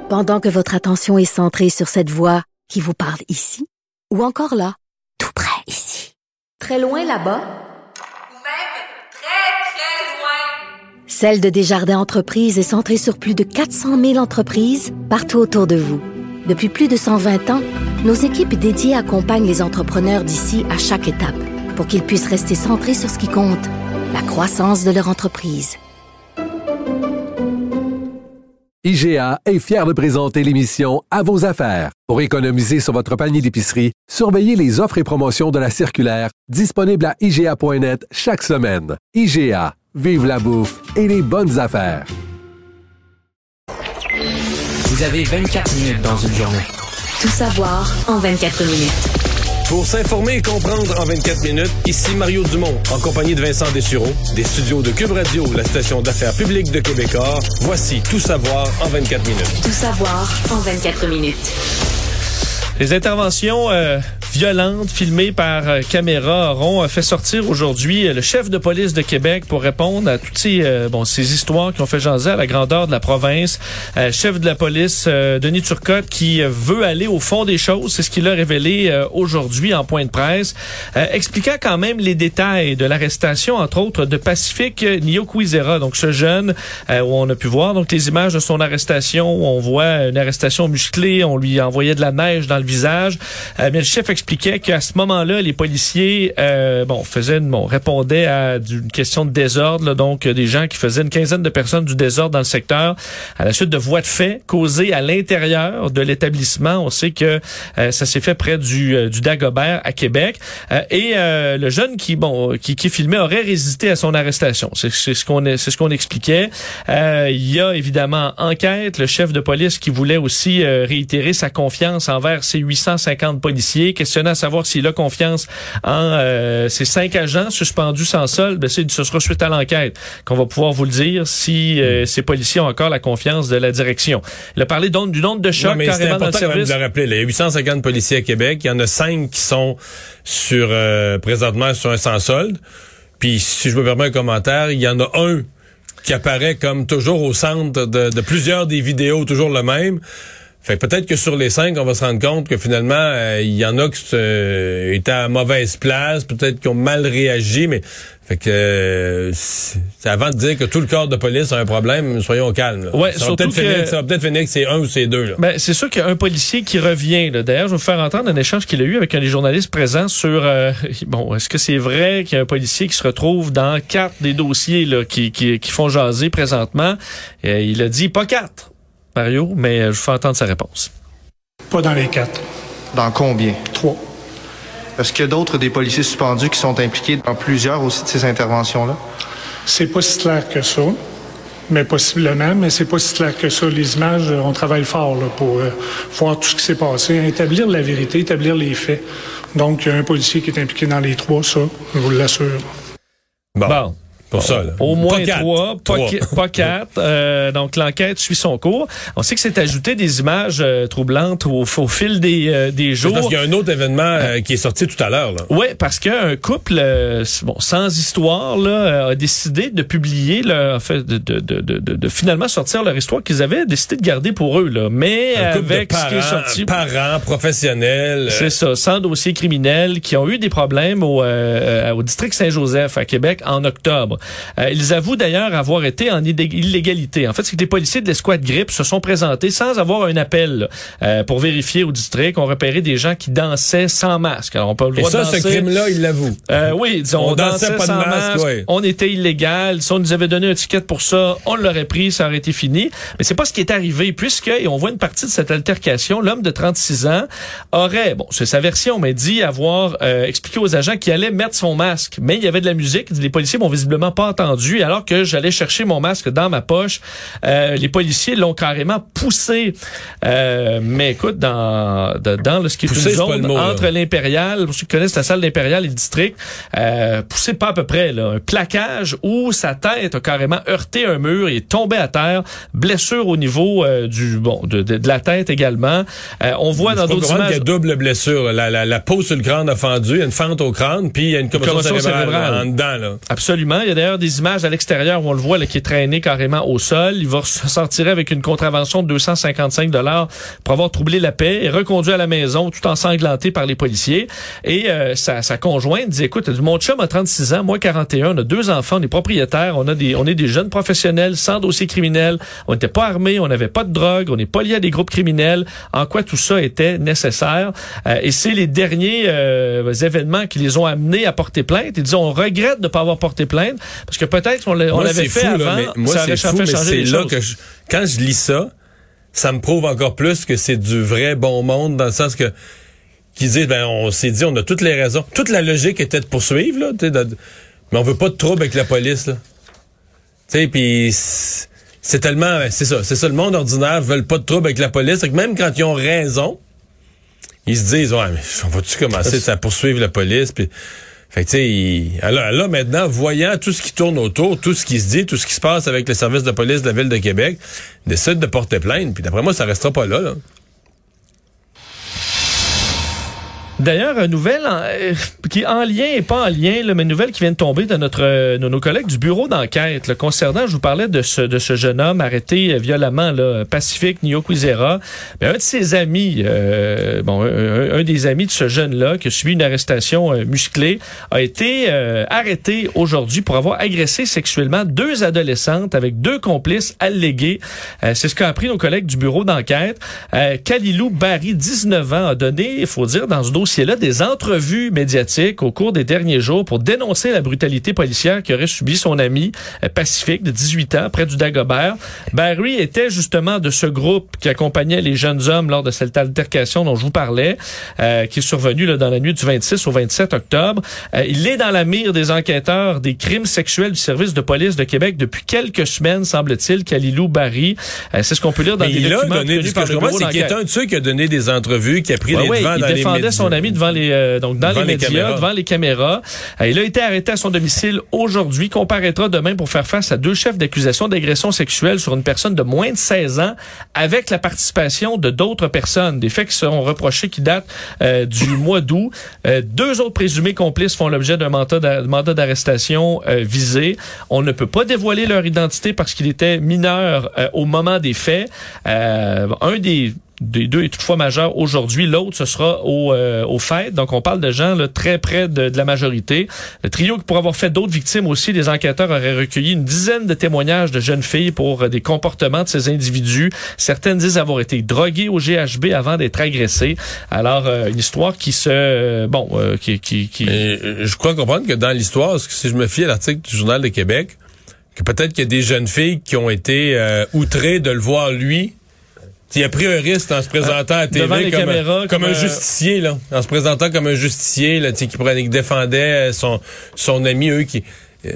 Pendant que votre attention est centrée sur cette voix qui vous parle ici, ou encore là, tout près ici, très loin là-bas, ou même très, très loin. Celle de Desjardins Entreprises est centrée sur plus de 400 000 entreprises partout autour de vous. Depuis plus de 120 ans, nos équipes dédiées accompagnent les entrepreneurs d'ici à chaque étape pour qu'ils puissent rester centrés sur ce qui compte, la croissance de leur entreprise. IGA est fier de présenter l'émission À vos affaires. Pour économiser sur votre panier d'épicerie, surveillez les offres et promotions de la circulaire disponible à IGA.net chaque semaine. IGA, vive la bouffe et les bonnes affaires. Vous avez 24 minutes dans une journée. Tout savoir en 24 minutes. Pour s'informer et comprendre en 24 minutes, ici Mario Dumont, en compagnie de Vincent Dessureau, des studios de Cube Radio, la station d'affaires publique de Québécois. Voici Tout savoir en 24 minutes. Tout savoir en 24 minutes. Les interventions violentes filmées par caméra auront fait sortir aujourd'hui le chef de police de Québec pour répondre à toutes ces histoires qui ont fait jaser à la grandeur de la province. Chef de la police, Denis Turcotte, qui veut aller au fond des choses. C'est ce qu'il a révélé aujourd'hui en point de presse, expliquant quand même les détails de l'arrestation, entre autres, de Pacifique Niokwizera, donc ce jeune où on a pu voir donc les images de son arrestation, où on voit une arrestation musclée, on lui envoyait de la neige dans le visage. Mais le chef expliquait qu'à ce moment-là, les policiers répondaient à une question de désordre, là, donc des gens qui faisaient une quinzaine de personnes du désordre dans le secteur à la suite de voies de fait causées à l'intérieur de l'établissement. On sait que ça s'est fait près du Dagobert à Québec. Le jeune qui filmait aurait résisté à son arrestation. C'est ce qu'on expliquait. Il y a évidemment enquête. Le chef de police qui voulait aussi réitérer sa confiance envers ses 850 policiers, questionnant à savoir s'il a confiance en ces 5 agents suspendus sans solde. Ce sera suite à l'enquête qu'on va pouvoir vous le dire si ces policiers ont encore la confiance de la direction. Il a parlé donc du nombre de chocs carrément dans le service. C'est important de le rappeler. Il y a 850 policiers à Québec. Il y en a 5 qui sont présentement sur un sans solde. Puis, si je me permets un commentaire, il y en a un qui apparaît comme toujours au centre de plusieurs des vidéos, toujours le même. Fait que peut-être que sur les 5, on va se rendre compte que finalement, il y en a qui étaient à mauvaise place, peut-être qui ont mal réagi, mais fait que c'est avant de dire que tout le corps de police a un problème, soyons calmes. Là. Ouais, ça va peut-être finir que c'est un ou c'est deux. Là. Ben, c'est sûr qu'il y a un policier qui revient. Là. D'ailleurs, je vais vous faire entendre un échange qu'il a eu avec un des journalistes présents sur est-ce que c'est vrai qu'il y a un policier qui se retrouve dans 4 des dossiers là, qui font jaser présentement. Il a dit pas 4. Mario, mais je vous fais entendre sa réponse. Pas dans les 4. Dans combien? 3. Est-ce qu'il y a d'autres des policiers suspendus qui sont impliqués dans plusieurs aussi de ces interventions-là? C'est pas si clair que ça, mais possiblement, mais c'est pas si clair que ça. Les images, on travaille fort là, pour voir tout ce qui s'est passé, établir la vérité, établir les faits. Donc, il y a un policier qui est impliqué dans les 3, ça, je vous l'assure. Bon. Pour ça, là. Au moins 3, pas 4. Donc, l'enquête suit son cours. On sait que c'est ajouté des images troublantes au fil des jours. Parce qu'il y a un autre événement qui est sorti tout à l'heure. Oui, parce qu'un couple sans histoire là, a décidé de publier, de finalement sortir leur histoire qu'ils avaient décidé de garder pour eux. Là. Mais avec ce qui est sorti... Parents, professionnels... C'est ça, sans dossier criminel, qui ont eu des problèmes au district Saint-Joseph à Québec en octobre. Ils avouent d'ailleurs avoir été en illégalité. En fait, c'est que les policiers de l'escouade Grippe se sont présentés sans avoir un appel pour vérifier au district. On repérait des gens qui dansaient sans masque. Alors, on peut le droit de danser. Ce crime-là, il l'avoue. Oui, disons, on dansait pas sans masque. Oui. On était illégal. Si on nous avait donné un ticket pour ça, on l'aurait pris, ça aurait été fini. Mais c'est pas ce qui est arrivé, puisque, et on voit une partie de cette altercation, l'homme de 36 ans aurait, c'est sa version, mais dit avoir expliqué aux agents qu'il allait mettre son masque. Mais il y avait de la musique. Les policiers m'ont visiblement pas entendu. Alors que j'allais chercher mon masque dans ma poche, les policiers l'ont carrément poussé. Mais écoute, dans ce qui est poussé, une zone entre là. l'Impérial, pour ceux qui connaissent la salle d'Impérial et le district, poussé pas à peu près, là, un plaquage où sa tête a carrément heurté un mur et est tombé à terre. Blessure au niveau de la tête également. On voit dans d'autres images... Il y a double blessure. La peau sur le crâne a fendu, il y a une fente au crâne, puis il y a une commotion cérébrale en dedans. Là. Absolument. Il y a d'ailleurs des images à l'extérieur où on le voit là, qui est traîné carrément au sol. Il va s'en tirer avec une contravention de 255 $ pour avoir troublé la paix et reconduit à la maison tout ensanglanté par les policiers. Et sa conjointe dit, écoute, mon chum a 36 ans, moi 41, on a 2 enfants, on est propriétaires, on est des jeunes professionnels sans dossier criminel, on n'était pas armés, on n'avait pas de drogue, on n'est pas lié à des groupes criminels. En quoi tout ça était nécessaire? Et c'est les derniers événements qui les ont amenés à porter plainte. Ils disent, on regrette de ne pas avoir porté plainte parce que peut-être on l'avait fait avant, là, mais moi, ça aurait fait changer les choses. Que quand je lis ça me prouve encore plus que c'est du vrai bon monde dans le sens que qui disent, on s'est dit, on a toutes les raisons. Toute la logique était de poursuivre, là, mais on veut pas de trouble avec la police, là. Tu sais, puis c'est tellement, c'est ça, le monde ordinaire veulent pas de trouble avec la police. Donc même quand ils ont raison, ils se disent, ouais, mais on va-tu commencer à poursuivre la police, puis fait que tu sais, là maintenant, voyant tout ce qui tourne autour, tout ce qui se dit, tout ce qui se passe avec le service de police de la Ville de Québec, décide de porter plainte, puis d'après moi, ça restera pas là. D'ailleurs, une nouvelle qui est en lien et pas en lien, là, mais une nouvelle qui vient de tomber de nos collègues du bureau d'enquête là, concernant, je vous parlais de ce jeune homme arrêté violemment, là, Pacifique Nyokwizera. Un de ses amis, un des amis de ce jeune-là qui a subi une arrestation musclée, a été arrêté aujourd'hui pour avoir agressé sexuellement 2 adolescentes avec 2 complices allégués. C'est ce qu'a appris nos collègues du bureau d'enquête. Khalilou Bari, 19 ans, a donné, il faut dire, dans ce dossier-là, des entrevues médiatiques au cours des derniers jours pour dénoncer la brutalité policière qu'aurait subi son ami Pacifique de 18 ans près du Dagobert. Barry était justement de ce groupe qui accompagnait les jeunes hommes lors de cette altercation dont je vous parlais, qui est survenue là, dans la nuit du 26 au 27 octobre. Il est dans la mire des enquêteurs des crimes sexuels du service de police de Québec depuis quelques semaines, semble-t-il, Khalilou Bari. C'est ce qu'on peut lire dans des documents obtenus par le bureau d'enquête. C'est un de ceux qui a donné des entrevues, qui a pris les devants dans les médias. Il défendait son ami devant les médias, devant les caméras. Il a été arrêté à son domicile aujourd'hui, comparaîtra demain pour faire face à 2 chefs d'accusation d'agression sexuelle sur une personne de moins de 16 ans avec la participation de d'autres personnes. Des faits qui seront reprochés qui datent du mois d'août. 2 autres présumés complices font l'objet d'un mandat d'arrestation visé. On ne peut pas dévoiler leur identité parce qu'il était mineur au moment des faits. Un des 2 est toutefois majeur aujourd'hui. L'autre, ce sera au fait. Donc, on parle de gens là, très près de la majorité. Le trio, pour avoir fait d'autres victimes aussi, les enquêteurs auraient recueilli une dizaine de témoignages de jeunes filles pour des comportements de ces individus. Certaines disent avoir été droguées au GHB avant d'être agressées. Alors, une histoire qui se... je crois comprendre que dans l'histoire, si je me fie à l'article du Journal de Québec, que peut-être qu'il y a des jeunes filles qui ont été outrées de le voir lui. Il a pris un risque en se présentant à TV comme un justicier, là. En se présentant comme un justicier, là, qui défendait son ami, eux, qui...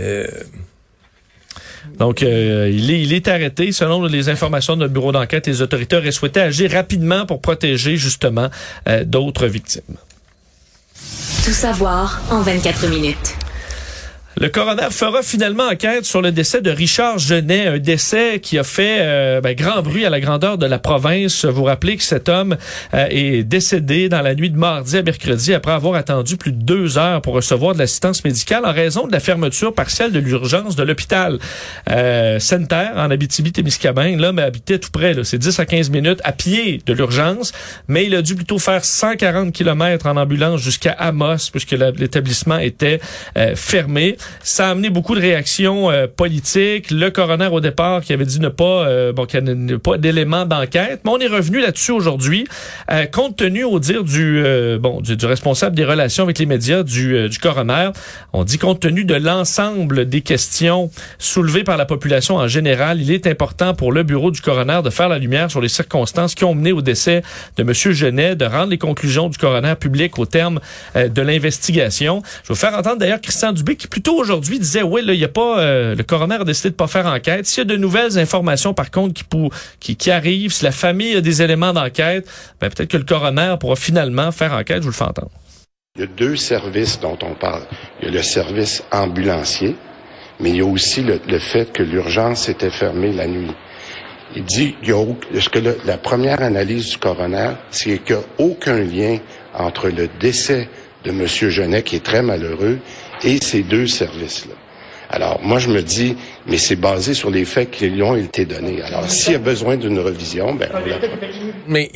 Donc, il est arrêté. Selon les informations de notre bureau d'enquête, les autorités auraient souhaité agir rapidement pour protéger, justement, d'autres victimes. Tout savoir en 24 minutes. Le coroner fera finalement enquête sur le décès de Richard Genet, un décès qui a fait grand bruit à la grandeur de la province. Vous rappelez que cet homme est décédé dans la nuit de mardi à mercredi après avoir attendu plus de 2 heures pour recevoir de l'assistance médicale en raison de la fermeture partielle de l'urgence de l'hôpital Sainte-Terre en Abitibi-Témiscamingue. L'homme habitait tout près, là, c'est 10 à 15 minutes à pied de l'urgence, mais il a dû plutôt faire 140 km en ambulance jusqu'à Amos puisque l'établissement était fermé. Ça a amené beaucoup de réactions politiques. Le coroner au départ qui avait dit qu'il n'y a pas d'éléments d'enquête, mais on est revenu là-dessus aujourd'hui, compte tenu au dire du responsable des relations avec les médias du coroner. On dit compte tenu de l'ensemble des questions soulevées par la population en général, il est important pour le bureau du coroner de faire la lumière sur les circonstances qui ont mené au décès de M. Genet, de rendre les conclusions du coroner publiques au terme de l'investigation. Je vais vous faire entendre d'ailleurs Christian Dubé qui plutôt aujourd'hui disait là il y a pas le coroner a décidé de pas faire enquête. S'il y a de nouvelles informations par contre qui arrivent, si la famille a des éléments d'enquête, peut-être que le coroner pourra finalement faire enquête, je vous le fais entendre. Il y a 2 services dont on parle. Il y a le service ambulancier, mais il y a aussi le fait que l'urgence était fermée la nuit. Il dit la première analyse du coroner, c'est qu'il n'y a aucun lien entre le décès de M. Genet, qui est très malheureux, et ces 2 services-là. Alors, moi, je me dis, mais c'est basé sur les faits qui lui ont été donnés. Alors, s'il y a besoin d'une revision, ben, on la... Mais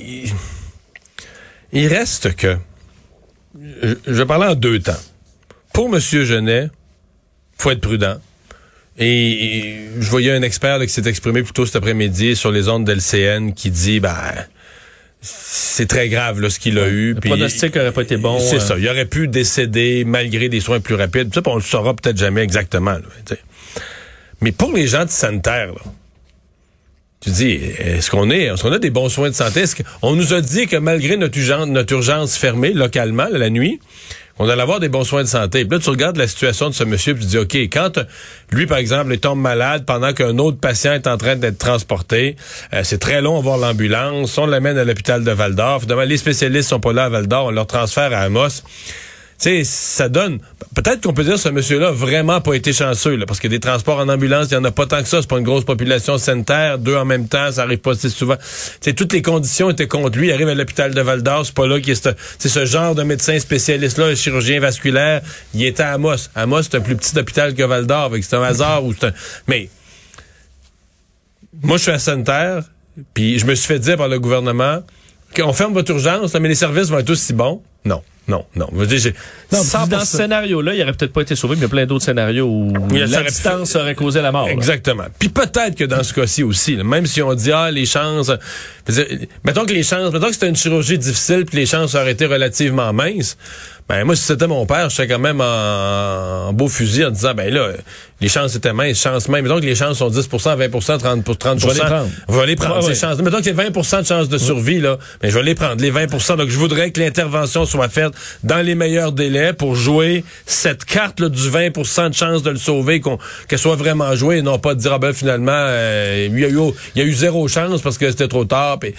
il reste que, je vais parler en deux temps. Pour M. Genet, faut être prudent. Et je voyais un expert là, qui s'est exprimé plus tôt cet après-midi sur les ondes d'LCN qui dit, c'est très grave là, ce qu'il a eu. Le pronostic n'aurait pas été bon. C'est ça. Il aurait pu décéder malgré des soins plus rapides. Ça, on le saura peut-être jamais exactement. Là, mais pour les gens de sanitaire, là, tu dis, est-ce qu'on a des bons soins de santé? On nous a dit que malgré notre urgence fermée localement là, la nuit, on allait avoir des bons soins de santé. Puis là, tu regardes la situation de ce monsieur, puis tu dis, OK, quand lui, par exemple, il tombe malade pendant qu'un autre patient est en train d'être transporté, c'est très long à voir l'ambulance, on l'amène à l'hôpital de Val-d'Or, finalement, les spécialistes sont pas là à Val-d'Or, on leur transfère à Amos. Tu sais, ça donne... Peut-être qu'on peut dire que ce monsieur-là a vraiment pas été chanceux, là, parce que des transports en ambulance, il y en a pas tant que ça. C'est pas une grosse population sanitaire. 2 en même temps, ça arrive pas assez souvent. Tu sais, toutes les conditions étaient contre lui. Il arrive à l'hôpital de Val-d'Or, c'est pas là qu'il est... C'est ce genre de médecin spécialiste-là, le chirurgien vasculaire. Il était à Amos. Amos, c'est un plus petit hôpital que Val-d'Or. C'est un hasard ou c'est un... Mais... Moi, je suis à sanitaire, puis je me suis fait dire par le gouvernement qu'on ferme votre urgence, mais les services vont être aussi bons. Non. Non. Dans ce scénario-là, il n'aurait peut-être pas été sauvé, mais il y a plein d'autres scénarios où la distance aurait causé la mort. Exactement. Puis peut-être que dans ce cas-ci aussi, là, même si on dit, les chances... Mettons que c'était une chirurgie difficile puis les chances auraient été relativement minces. Ben moi, si c'était mon père, je serais quand même en beau fusil en disant, les chances étaient minces, chances même. Mettons que les chances sont 10%, 20%, 30%. Je vais les prendre. Ces chances. Mettons qu'il y a 20% de chances de survie, là. Mais je vais les prendre, les 20%. Donc, je voudrais que l'intervention soit faite dans les meilleurs délais pour jouer cette carte-là du 20% de chances de le sauver, qu'elle soit vraiment jouée et non pas de dire, finalement, il y a eu 0 chance parce que c'était trop tard. Puis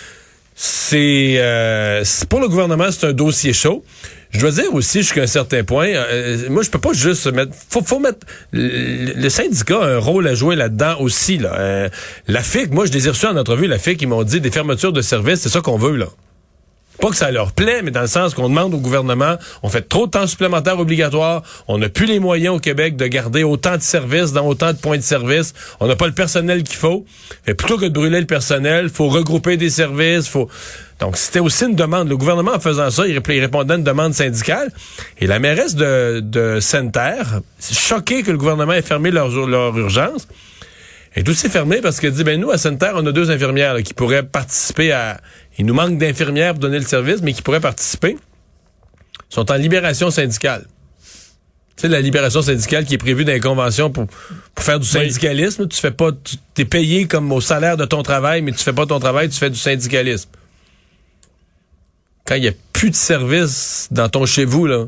c'est pour le gouvernement, c'est un dossier chaud. Je dois dire aussi jusqu'à un certain point, moi je peux pas juste mettre, faut mettre le syndicat a un rôle à jouer là-dedans aussi là. La FIC, moi je les ai reçus en entrevue, la FIC, ils m'ont dit des fermetures de services, c'est ça qu'on veut là. Pas que ça leur plaît, mais dans le sens qu'on demande au gouvernement, on fait trop de temps supplémentaire obligatoire, on n'a plus les moyens au Québec de garder autant de services dans autant de points de service, on n'a pas le personnel qu'il faut. Fait plutôt que de brûler le personnel, faut regrouper des services, Donc, c'était aussi une demande. Le gouvernement, en faisant ça, il répondait à une demande syndicale. Et la mairesse de Sainte-Terre, choquée que le gouvernement ait fermé leur urgence, est aussi fermée parce qu'elle dit, nous, à Sainte-Terre, on a 2 infirmières là, qui pourraient participer à... Il nous manque d'infirmières pour donner le service, mais qui pourraient participer. Ils sont en libération syndicale. Tu sais, la libération syndicale qui est prévue dans les conventions pour faire du syndicalisme. Tu fais pas... T'es payé comme au salaire de ton travail, mais tu fais pas ton travail, tu fais du syndicalisme. Quand il n'y a plus de service dans ton chez-vous, là,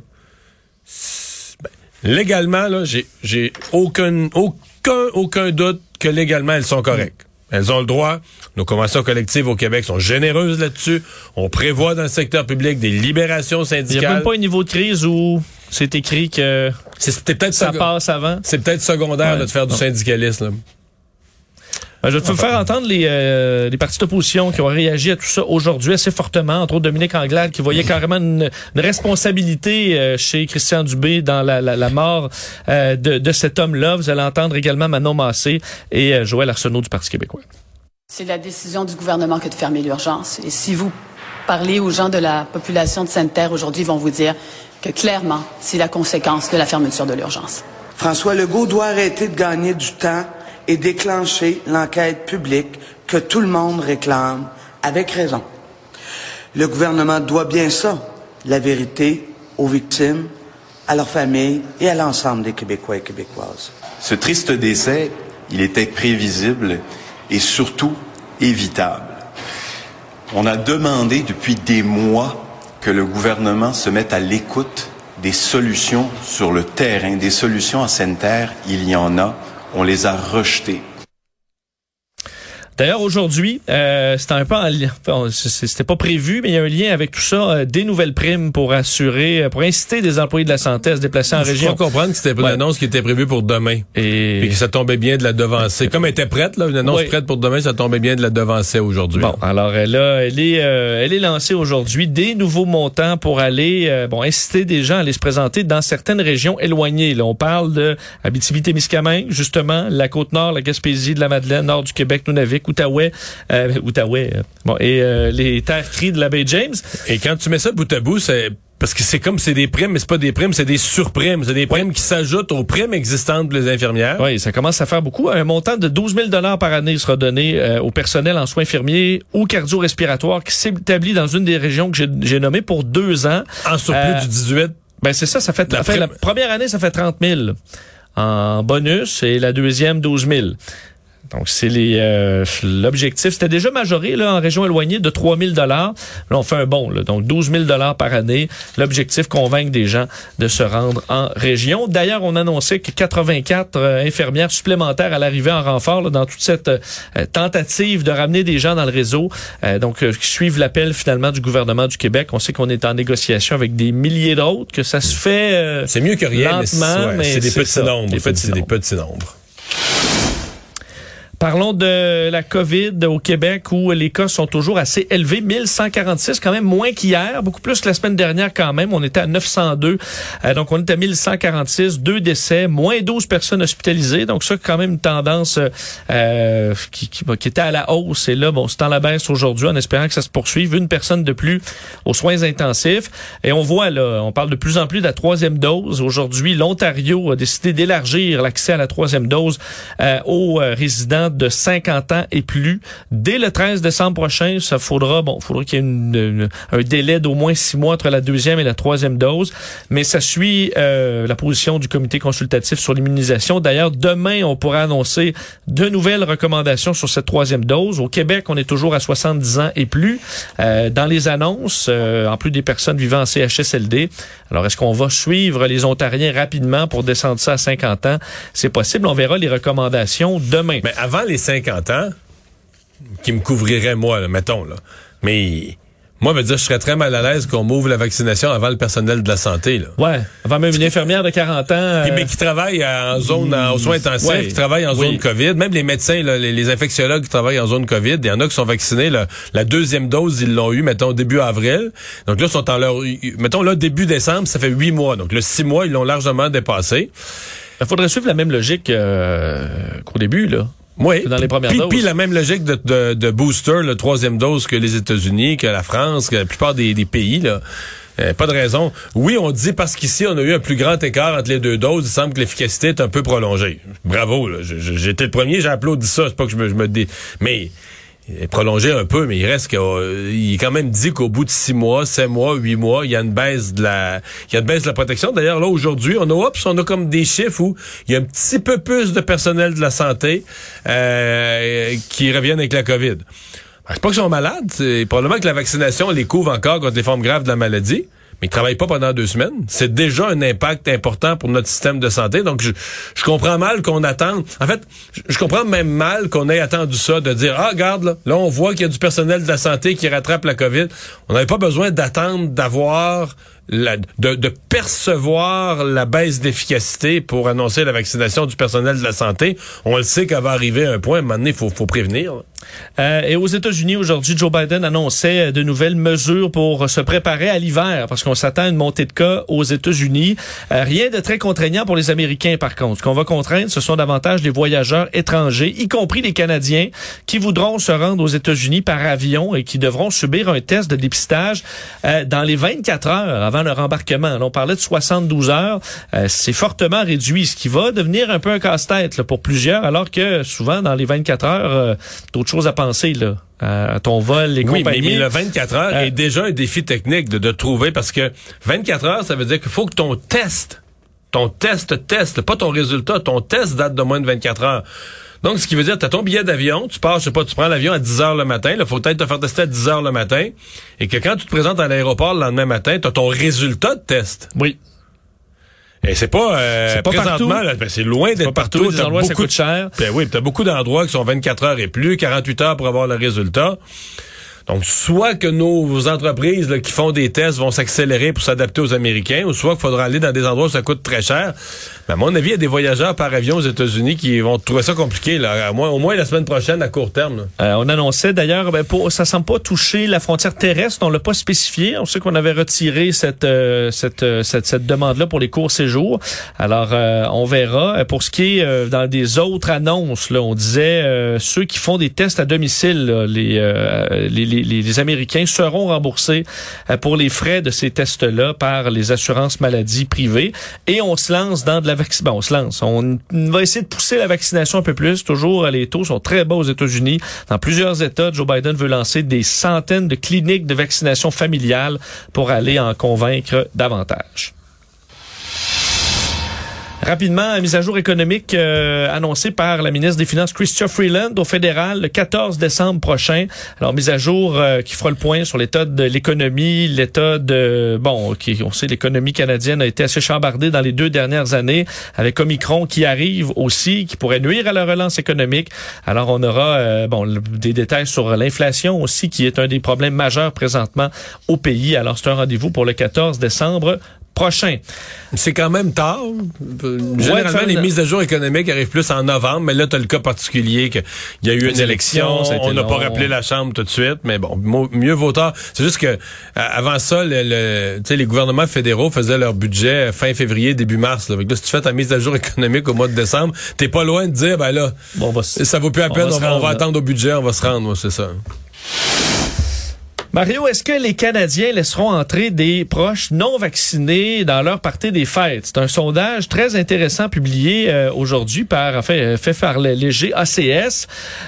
légalement, là, j'ai aucun doute que légalement, elles sont correctes. Elles ont le droit. Nos conventions collectives au Québec sont généreuses là-dessus. On prévoit dans le secteur public des libérations syndicales. Il n'y a même pas un niveau de crise où c'est écrit que ça passe avant. C'est peut-être secondaire de faire du syndicalisme, là. Je vais te faire entendre les partis d'opposition qui ont réagi à tout ça aujourd'hui assez fortement, entre autres Dominique Anglade qui voyait carrément une responsabilité chez Christian Dubé dans la mort de cet homme-là. Vous allez entendre également Manon Massé et Joël Arsenault du Parti québécois. C'est la décision du gouvernement que de fermer l'urgence. Et si vous parlez aux gens de la population de Sainte-Terre aujourd'hui, ils vont vous dire que clairement, c'est la conséquence de la fermeture de l'urgence. François Legault doit arrêter de gagner du temps et déclencher l'enquête publique que tout le monde réclame, avec raison. Le gouvernement doit bien ça, la vérité aux victimes, à leurs familles et à l'ensemble des Québécois et Québécoises. Ce triste décès, il était prévisible et surtout évitable. On a demandé depuis des mois que le gouvernement se mette à l'écoute des solutions sur le terrain, des solutions à Sainte-Terre, il y en a. On les a rejetés. D'ailleurs, aujourd'hui, c'était un peu en lien, c'était pas prévu, mais il y a un lien avec tout ça, des nouvelles primes pour inciter des employés de la santé à se déplacer en région. Je crois comprendre que c'était une annonce qui était prévue pour demain. Et que ça tombait bien de la devancer. Comme elle était prête, là, une annonce prête pour demain, ça tombait bien de la devancer aujourd'hui. Bon, alors elle est lancée aujourd'hui, des nouveaux montants pour aller, inciter des gens à aller se présenter dans certaines régions éloignées. Là, on parle de Abitibi-Témiscamingue, justement, la Côte-Nord, la Gaspésie, de la Madeleine, nord du Québec, Nunavik, Outaouais, les terres cries de la baie James. Et quand tu mets ça bout à bout, c'est parce que c'est comme c'est des primes, mais c'est pas des primes, c'est des surprimes. C'est des primes qui s'ajoutent aux primes existantes pour les infirmières. Oui, ça commence à faire beaucoup. Un montant de 12 000 par année sera donné au personnel en soins infirmiers ou cardio-respiratoires qui s'établit dans une des régions que j'ai nommées pour 2 ans. En surplus du 18. Ben c'est ça, la première année, ça fait 30 000 en bonus et la deuxième, 12 000. Donc, c'est l'objectif. C'était déjà majoré là en région éloignée de 3 000 $. Là, on fait un bond. Là, donc, 12 000 $ par année. L'objectif, convaincre des gens de se rendre en région. D'ailleurs, on annonçait que 84 infirmières supplémentaires à l'arrivée en renfort là, dans toute cette tentative de ramener des gens dans le réseau. Qui suivent l'appel finalement du gouvernement du Québec. On sait qu'on est en négociation avec des milliers d'autres, que ça se fait c'est mieux que rien, lentement, mais c'est des petits nombres. C'est des petits nombres. Parlons de la COVID au Québec où les cas sont toujours assez élevés. 1146, quand même moins qu'hier, beaucoup plus que la semaine dernière quand même. On était à 902, donc on est à 1146, 2 décès, moins 12 personnes hospitalisées. Donc ça, quand même une tendance qui était à la hausse. Et là, c'est en la baisse aujourd'hui en espérant que ça se poursuive. 1 personne de plus aux soins intensifs. Et on voit là, on parle de plus en plus de la 3e dose. Aujourd'hui, l'Ontario a décidé d'élargir l'accès à la 3e dose aux résidents de 50 ans et plus. Dès le 13 décembre prochain, il faudra qu'il y ait un délai d'au moins 6 mois entre la 2e et la 3e dose. Mais ça suit la position du comité consultatif sur l'immunisation. D'ailleurs, demain, on pourra annoncer de nouvelles recommandations sur cette 3e dose. Au Québec, on est toujours à 70 ans et plus. Dans les annonces, en plus des personnes vivant en CHSLD. Alors, est-ce qu'on va suivre les Ontariens rapidement pour descendre ça à 50 ans? C'est possible. On verra les recommandations demain. Mais avant les 50 ans, qui me couvriraient, moi, là, mettons, là. Mais moi, je serais très mal à l'aise qu'on m'ouvre la vaccination avant le personnel de la santé, là. Ouais. Avant même une infirmière de 40 ans. Mais qui travaille en zone, aux soins intensifs, qui travaille en zone COVID. Même les médecins, là, les infectiologues qui travaillent en zone COVID, il y en a qui sont vaccinés, là, la 2e dose, ils l'ont eu, mettons, début avril. Donc là, ils sont mettons, là, début décembre, ça fait 8 mois. Donc le 6 mois, ils l'ont largement dépassé. Il faudrait suivre la même logique qu'au début, là. Oui. Dans les premières doses. Puis la même logique de booster, la 3e dose que les États-Unis, que la France, que la plupart des pays, là. Pas de raison. Oui, on dit parce qu'ici, on a eu un plus grand écart entre les 2 doses. Il semble que l'efficacité est un peu prolongée. Bravo, là. J'ai été le premier, j'ai applaudi ça. C'est pas que je me dis. Mais, il est prolongé un peu, mais il reste il est quand même dit qu'au bout de 6 mois, 7 mois, 8 mois, il y a une baisse de la protection. D'ailleurs, là, aujourd'hui, on a comme des chiffres où il y a un petit peu plus de personnel de la santé, qui reviennent avec la COVID. C'est pas qu'ils sont malades, c'est probablement que la vaccination les couvre encore contre les formes graves de la maladie. Mais ils travaillent pas pendant 2 semaines. C'est déjà un impact important pour notre système de santé. Donc, je comprends mal qu'on attende. En fait, je comprends même mal qu'on ait attendu ça, de dire, regarde, là, on voit qu'il y a du personnel de la santé qui rattrape la COVID. On n'avait pas besoin d'attendre d'avoir de percevoir la baisse d'efficacité pour annoncer la vaccination du personnel de la santé. On le sait qu'elle va arriver à un point, à un moment donné, il faut prévenir. Et aux États-Unis, aujourd'hui, Joe Biden annonçait de nouvelles mesures pour se préparer à l'hiver, parce qu'on s'attend à une montée de cas aux États-Unis. Rien de très contraignant pour les Américains, par contre. Ce qu'on va contraindre, ce sont davantage les voyageurs étrangers, y compris les Canadiens, qui voudront se rendre aux États-Unis par avion et qui devront subir un test de dépistage dans les 24 heures avant leur embarquement. Là, on parlait de 72 heures. C'est fortement réduit, ce qui va devenir un peu un casse-tête là, pour plusieurs, alors que souvent, dans les 24 heures, d'autres choses à penser, là. À ton vol, les compagnies. Mais le 24 heures est déjà un défi technique de trouver, parce que 24 heures, ça veut dire qu'il faut que ton test, pas ton résultat, ton test date de moins de 24 heures. Donc, ce qui veut dire, tu as ton billet d'avion, tu pars, tu prends l'avion à 10 heures le matin, il faut peut-être te faire tester à 10 heures le matin, et que quand tu te présentes à l'aéroport le lendemain matin, tu as ton résultat de test. Oui. Et c'est pas présentement, là, c'est loin d'être partout. Des endroits, ça coûte cher. Ben oui, t'as beaucoup d'endroits qui sont 24 heures et plus, 48 heures pour avoir le résultat. Donc, soit que nos entreprises là, qui font des tests vont s'accélérer pour s'adapter aux Américains, ou soit qu'il faudra aller dans des endroits où ça coûte très cher. Mais à mon avis, il y a des voyageurs par avion aux États-Unis qui vont trouver ça compliqué, là, au moins la semaine prochaine, à court terme. On annonçait d'ailleurs, ça semble pas toucher la frontière terrestre, on l'a pas spécifié. On sait qu'on avait retiré cette demande-là pour les courts séjours. Alors, on verra. Pour ce qui est dans des autres annonces, là, on disait ceux qui font des tests à domicile, là, les Américains seront remboursés pour les frais de ces tests-là par les assurances maladie privées. Et on se lance dans de la vaccination. On va essayer de pousser la vaccination un peu plus. Toujours, les taux sont très bas aux États-Unis. Dans plusieurs États, Joe Biden veut lancer des centaines de cliniques de vaccination familiale pour aller en convaincre davantage. Rapidement, mise à jour économique annoncée par la ministre des Finances, Chrystia Freeland, au fédéral le 14 décembre prochain. Alors, mise à jour qui fera le point sur l'état de l'économie, l'état de... on sait l'économie canadienne a été assez chambardée dans les 2 dernières années, avec Omicron qui arrive aussi, qui pourrait nuire à la relance économique. Alors, on aura des détails sur l'inflation aussi, qui est un des problèmes majeurs présentement au pays. Alors, c'est un rendez-vous pour le 14 décembre prochain. C'est quand même tard. Généralement, les mises à jour économiques arrivent plus en novembre, mais là, tu as le cas particulier qu'il y a eu une élection, on n'a pas rappelé la Chambre tout de suite, mais bon, mieux vaut tard. C'est juste que avant ça, les gouvernements fédéraux faisaient leur budget fin février, début mars. Là. Donc là, si tu fais ta mise à jour économique au mois de décembre, t'es pas loin de dire, ça vaut plus la peine, on va attendre au budget, on va se rendre, c'est ça. Mario, est-ce que les Canadiens laisseront entrer des proches non vaccinés dans leur party des fêtes? C'est un sondage très intéressant publié aujourd'hui fait par le léger ACS.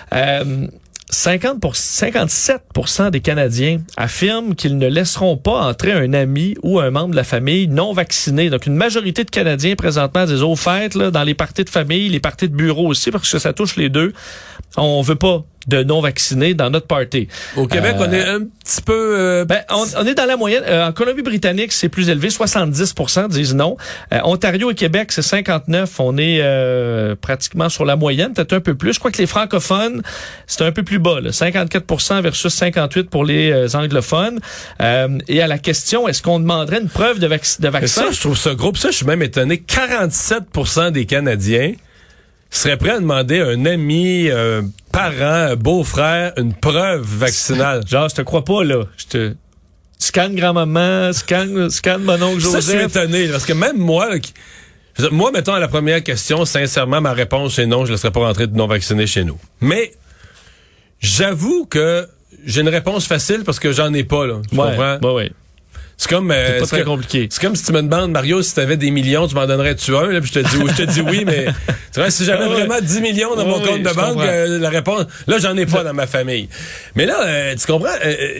57% des Canadiens affirment qu'ils ne laisseront pas entrer un ami ou un membre de la famille non vacciné. Donc, une majorité de Canadiens présentement disent aux fêtes, là, dans les parties de famille, les parties de bureau aussi, parce que ça touche les deux. On veut pas de non-vaccinés dans notre party. Au Québec, on est un petit peu... on est dans la moyenne. En Colombie-Britannique, c'est plus élevé. 70% disent non. Ontario et Québec, c'est 59%. On est pratiquement sur la moyenne, peut-être un peu plus. Je crois que les francophones, c'est un peu plus bas. Là. 54% versus 58% pour les anglophones. Et à la question, est-ce qu'on demanderait une preuve de vaccin? Ça, je trouve ça gros. Puis ça, je suis même étonné. 47% des Canadiens seraient prêts à demander à un ami, parent, un beau-frère, une preuve vaccinale. Genre, je te crois pas, là. Scanne grand-maman, scanne mon oncle Joseph. Ça, je suis étonné, parce que même moi, mettons, à la première question, sincèrement, ma réponse est non, je ne laisserai pas rentrer de non-vaccinés chez nous. Mais, j'avoue que j'ai une réponse facile parce que j'en ai pas, là. Tu comprends? Ouais. C'est comme c'est pas très compliqué. C'est comme si tu me demandes, Mario, si tu avais des millions, tu m'en donnerais-tu un? Là, puis je te dis oui, mais tu vois, si j'avais vraiment 10 millions dans mon compte de banque, la réponse, là, j'en ai pas dans ma famille. Mais là, tu comprends?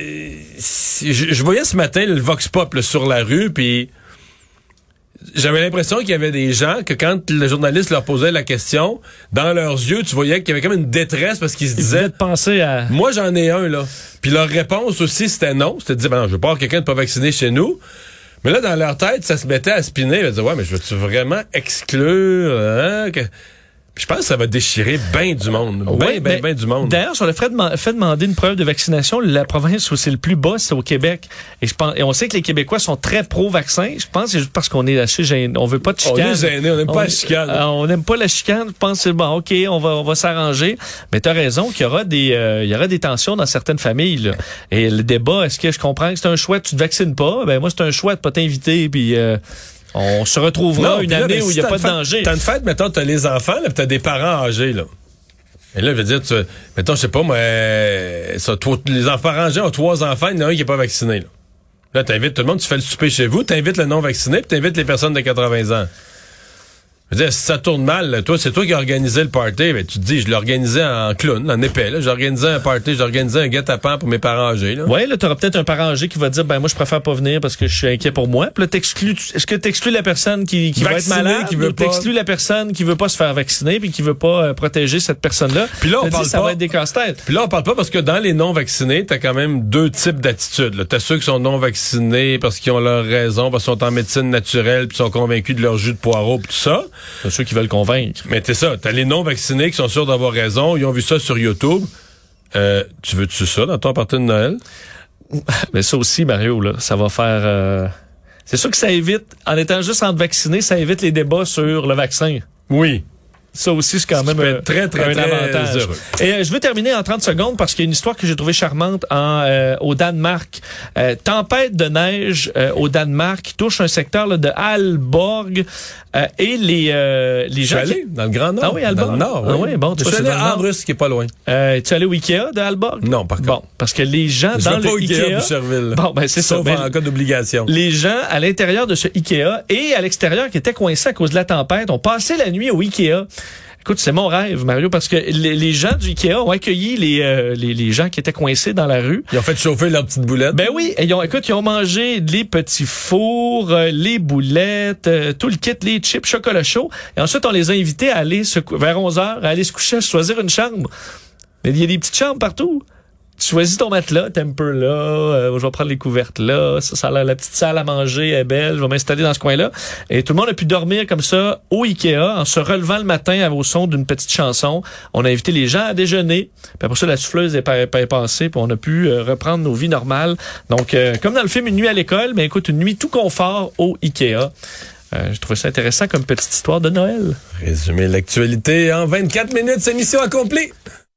Je voyais ce matin le Vox Pop là, sur la rue, puis j'avais l'impression qu'il y avait des gens que quand le journaliste leur posait la question, dans leurs yeux, tu voyais qu'il y avait comme une détresse parce qu'ils se disaient... penser à... Moi, j'en ai un, là. Puis leur réponse aussi, c'était non. C'était de dire, non, je veux pas avoir quelqu'un de pas vacciné chez nous. Mais là, dans leur tête, ça se mettait à spinner. Ils disaient, ouais, mais je veux-tu vraiment exclure... Hein, je pense que ça va déchirer bien du monde. Ben du monde. D'ailleurs, sur le fait demander une preuve de vaccination, la province où c'est le plus bas, c'est au Québec. Et on sait que les Québécois sont très pro-vaccin. Je pense que c'est juste parce qu'on est assez gêné. On veut pas de chicane. On est gêné, on n'aime pas la chicane. On n'aime pas la chicane. Je pense que c'est bon, OK, on va s'arranger. Mais t'as raison qu'il y aura des tensions dans certaines familles, là. Et le débat, est-ce que je comprends que c'est un choix, tu te vaccines pas? Ben, moi, c'est un choix de pas t'inviter, puis on se retrouvera une année où il n'y a pas de danger. T'as une fête, mettons, t'as les enfants, là, pis t'as des parents âgés, là. Et là, je veux dire, mettons, je sais pas, moi, les enfants âgés ont 3 enfants, il y en a un qui est pas vacciné, là. Là, t'invites tout le monde, tu fais le souper chez vous, t'invites le non-vacciné, puis t'invites les personnes de 80 ans. Je veux dire, si ça tourne mal, là, toi, c'est toi qui as organisé le party, ben, tu te dis, je l'ai organisé en clown, en épais, là. J'ai organisé un party, j'ai organisé un guet-apens pour mes parents âgés, là. Ouais, là, t'auras peut-être un parent âgé qui va dire, ben, moi, je préfère pas venir parce que je suis inquiet pour moi. Puis là, est-ce que t'exclus la personne qui va être malade, qui veut ou pas... t'exclus la personne qui veut pas se faire vacciner puis qui veut pas protéger cette personne-là? Puis là, on parle ça pas. va être des casse-têtes. Puis là, on parle pas parce que dans les non-vaccinés, t'as quand même deux types d'attitudes, là. T'as ceux qui sont non-vaccinés parce qu'ils ont leur raison, parce qu'ils sont en médecine naturelle puis sont convaincus de leur jus de poireau pis tout ça. T'as ceux qui veulent convaincre. Mais t'es ça, t'as les non-vaccinés qui sont sûrs d'avoir raison, ils ont vu ça sur YouTube. Tu veux-tu ça dans ton party de Noël? Mais ça aussi, Mario, là, ça va faire... C'est sûr que ça évite, en étant juste entre vaccinés, ça évite les débats sur le vaccin. Oui. Ça aussi, c'est quand même un avantage. Heureux. Et je veux terminer en 30 secondes parce qu'il y a une histoire que j'ai trouvée charmante au Danemark. Tempête de neige au Danemark qui touche un secteur là, de Aalborg. Et les gens... Je suis allé dans le Grand Nord. Ah oui, Aalborg. Dans le Nord, oui. Ah oui, bon, je suis allé à Ambrus, qui est pas loin. Tu es allé au Ikea de Aalborg? Non, par contre. Bon, parce que les gens dans le Ikea... Bon, ben c'est ça. Sauf en cas d'obligation. Les gens à l'intérieur de ce Ikea et à l'extérieur qui étaient coincés à cause de la tempête ont passé la nuit au Ikea. Écoute, c'est mon rêve, Mario, parce que les gens du Ikea ont accueilli les gens qui étaient coincés dans la rue. Ils ont fait chauffer leurs petites boulettes. Ben oui, et ils ont mangé les petits fours, les boulettes, tout le kit, les chips, chocolat chaud. Et ensuite, on les a invités à aller vers 11h, à aller se coucher, à choisir une chambre. Mais il y a des petites chambres partout. Tu choisis ton matelas, Temper là, je vais prendre les couvertes là, ça a l'air, la petite salle à manger est belle, je vais m'installer dans ce coin-là. Et tout le monde a pu dormir comme ça au Ikea en se relevant le matin au son d'une petite chanson. On a invité les gens à déjeuner, puis après ça la souffleuse est passée, puis on a pu reprendre nos vies normales. Donc comme dans le film Une nuit à l'école, mais écoute, une nuit tout confort au Ikea. Je trouvais ça intéressant comme petite histoire de Noël. Résumer l'actualité en 24 minutes, c'est mission accomplie.